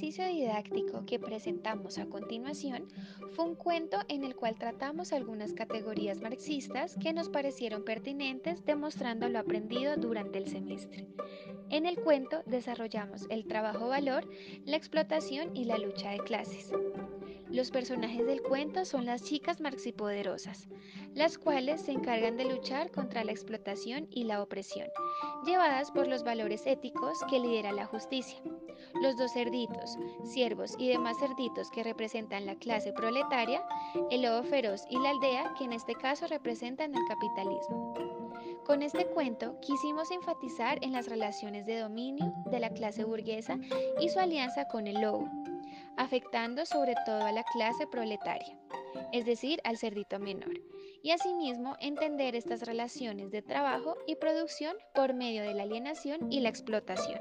ejercicio didáctico que presentamos a continuación fue un cuento en el cual tratamos algunas categorías marxistas que nos parecieron pertinentes demostrando lo aprendido durante el semestre. En el cuento desarrollamos el trabajo-valor, la explotación y la lucha de clases. Los personajes del cuento son las chicas marxipoderosas, las cuales se encargan de luchar contra la explotación y la opresión, llevadas por los valores éticos que lidera la justicia. Los dos cerditos, ciervos y demás cerditos que representan la clase proletaria, el lobo feroz y la aldea que en este caso representan el capitalismo. Con este cuento quisimos enfatizar en las relaciones de dominio de la clase burguesa y su alianza con el lobo, afectando sobre todo a la clase proletaria, es decir, al cerdito menor, y asimismo entender estas relaciones de trabajo y producción por medio de la alienación y la explotación.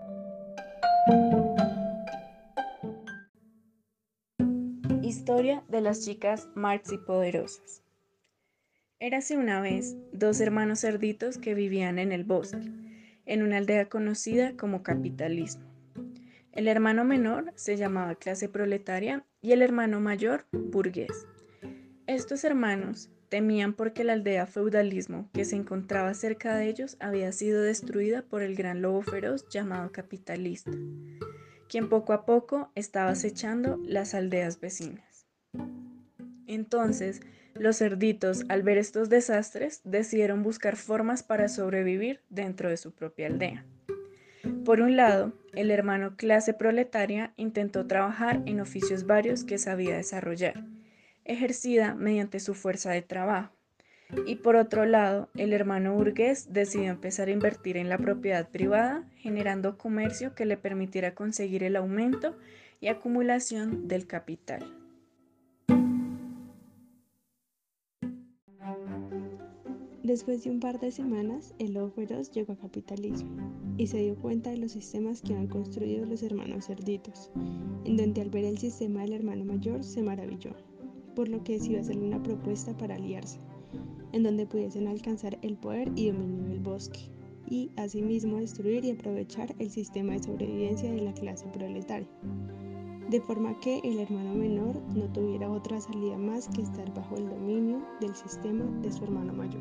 Historia de las chicas marxipoderosas. Érase una vez dos hermanos cerditos que vivían en el bosque, en una aldea conocida como capitalismo. El hermano menor se llamaba clase proletaria y el hermano mayor burgués. Estos hermanos temían porque la aldea feudalismo que se encontraba cerca de ellos había sido destruida por el gran lobo feroz llamado capitalista, quien poco a poco estaba acechando las aldeas vecinas. Entonces, los cerditos, al ver estos desastres, decidieron buscar formas para sobrevivir dentro de su propia aldea. Por un lado, el hermano clase proletaria intentó trabajar en oficios varios que sabía desarrollar, ejercida mediante su fuerza de trabajo. Y por otro lado, el hermano burgués decidió empezar a invertir en la propiedad privada, generando comercio que le permitiera conseguir el aumento y acumulación del capital. Después de un par de semanas, el lobo feroz llegó a capitalismo y se dio cuenta de los sistemas que habían construido los hermanos cerditos, en donde al ver el sistema del hermano mayor se maravilló, por lo que decidió hacerle una propuesta para aliarse, en donde pudiesen alcanzar el poder y dominio del bosque, y asimismo destruir y aprovechar el sistema de sobrevivencia de la clase proletaria, de forma que el hermano menor no tuviera otra salida más que estar bajo el dominio del sistema de su hermano mayor.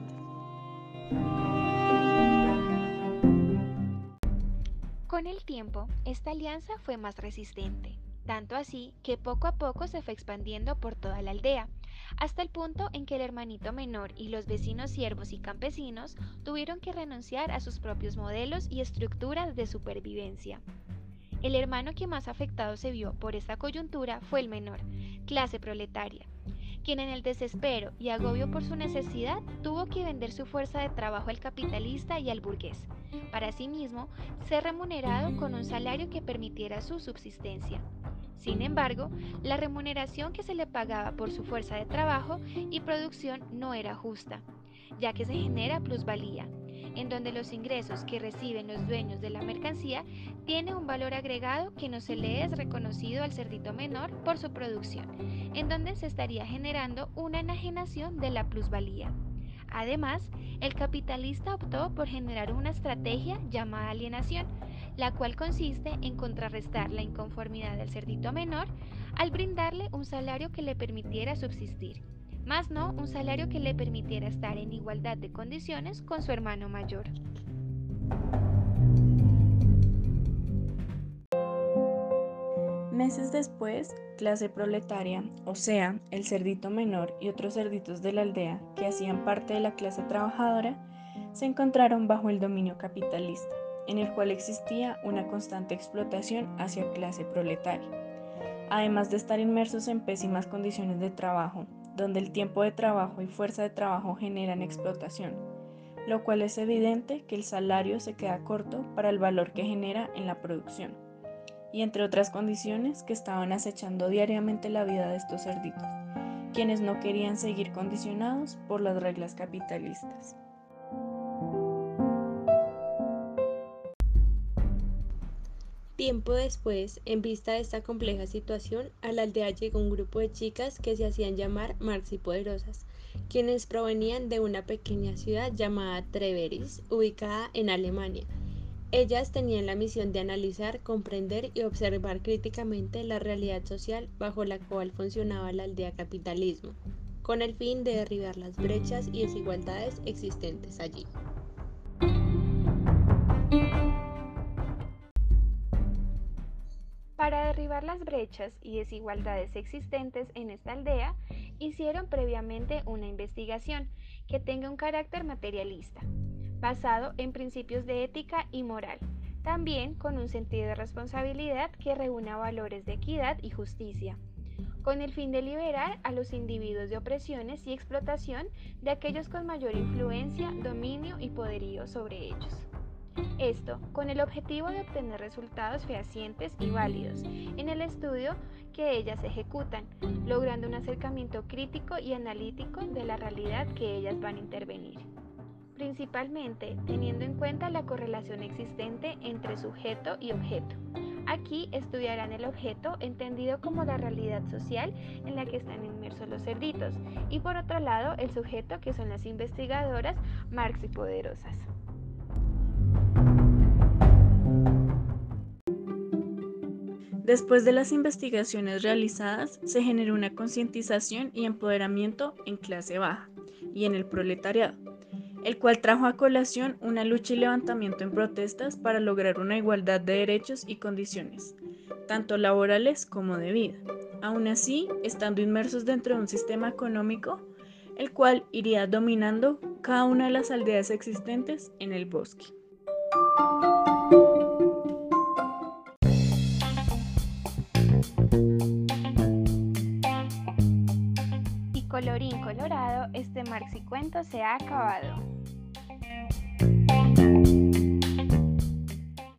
Con el tiempo, esta alianza fue más resistente, tanto así que poco a poco se fue expandiendo por toda la aldea, hasta el punto en que el hermanito menor y los vecinos siervos y campesinos tuvieron que renunciar a sus propios modelos y estructuras de supervivencia. El hermano que más afectado se vio por esta coyuntura fue el menor, clase proletaria, quien en el desespero y agobio por su necesidad tuvo que vender su fuerza de trabajo al capitalista y al burgués, para asimismo ser remunerado con un salario que permitiera su subsistencia. Sin embargo, la remuneración que se le pagaba por su fuerza de trabajo y producción no era justa, ya que se genera plusvalía, en donde los ingresos que reciben los dueños de la mercancía tienen un valor agregado que no se le es reconocido al cerdito menor por su producción, en donde se estaría generando una enajenación de la plusvalía. Además, el capitalista optó por generar una estrategia llamada alienación, la cual consiste en contrarrestar la inconformidad del cerdito menor al brindarle un salario que le permitiera subsistir, más no un salario que le permitiera estar en igualdad de condiciones con su hermano mayor. Meses después, clase proletaria, o sea, el cerdito menor y otros cerditos de la aldea que hacían parte de la clase trabajadora, se encontraron bajo el dominio capitalista, en el cual existía una constante explotación hacia clase proletaria, además de estar inmersos en pésimas condiciones de trabajo, donde el tiempo de trabajo y fuerza de trabajo generan explotación, lo cual es evidente que el salario se queda corto para el valor que genera en la producción, y entre otras condiciones que estaban acechando diariamente la vida de estos cerditos, quienes no querían seguir condicionados por las reglas capitalistas. Tiempo después, en vista de esta compleja situación, a la aldea llegó un grupo de chicas que se hacían llamar marxipoderosas, quienes provenían de una pequeña ciudad llamada Treveris, ubicada en Alemania, Ellas tenían la misión de analizar, comprender y observar críticamente la realidad social bajo la cual funcionaba la aldea capitalismo, con el fin de derribar las brechas y desigualdades existentes allí. Para derribar las brechas y desigualdades existentes en esta aldea, hicieron previamente una investigación que tenga un carácter materialista, basado en principios de ética y moral, también con un sentido de responsabilidad que reúna valores de equidad y justicia, con el fin de liberar a los individuos de opresiones y explotación de aquellos con mayor influencia, dominio y poderío sobre ellos. Esto con el objetivo de obtener resultados fehacientes y válidos en el estudio que ellas ejecutan, logrando un acercamiento crítico y analítico de la realidad que ellas van a intervenir, principalmente teniendo en cuenta la correlación existente entre sujeto y objeto. Aquí estudiarán el objeto entendido como la realidad social en la que están inmersos los cerditos y por otro lado el sujeto que son las investigadoras Marx y Poderosas. Después de las investigaciones realizadas, se generó una concientización y empoderamiento en clase baja y en el proletariado, el cual trajo a colación una lucha y levantamiento en protestas para lograr una igualdad de derechos y condiciones, tanto laborales como de vida. Aún así, estando inmersos dentro de un sistema económico, el cual iría dominando cada una de las aldeas existentes en el bosque. Y colorín colorado, este Marxicuento se ha acabado.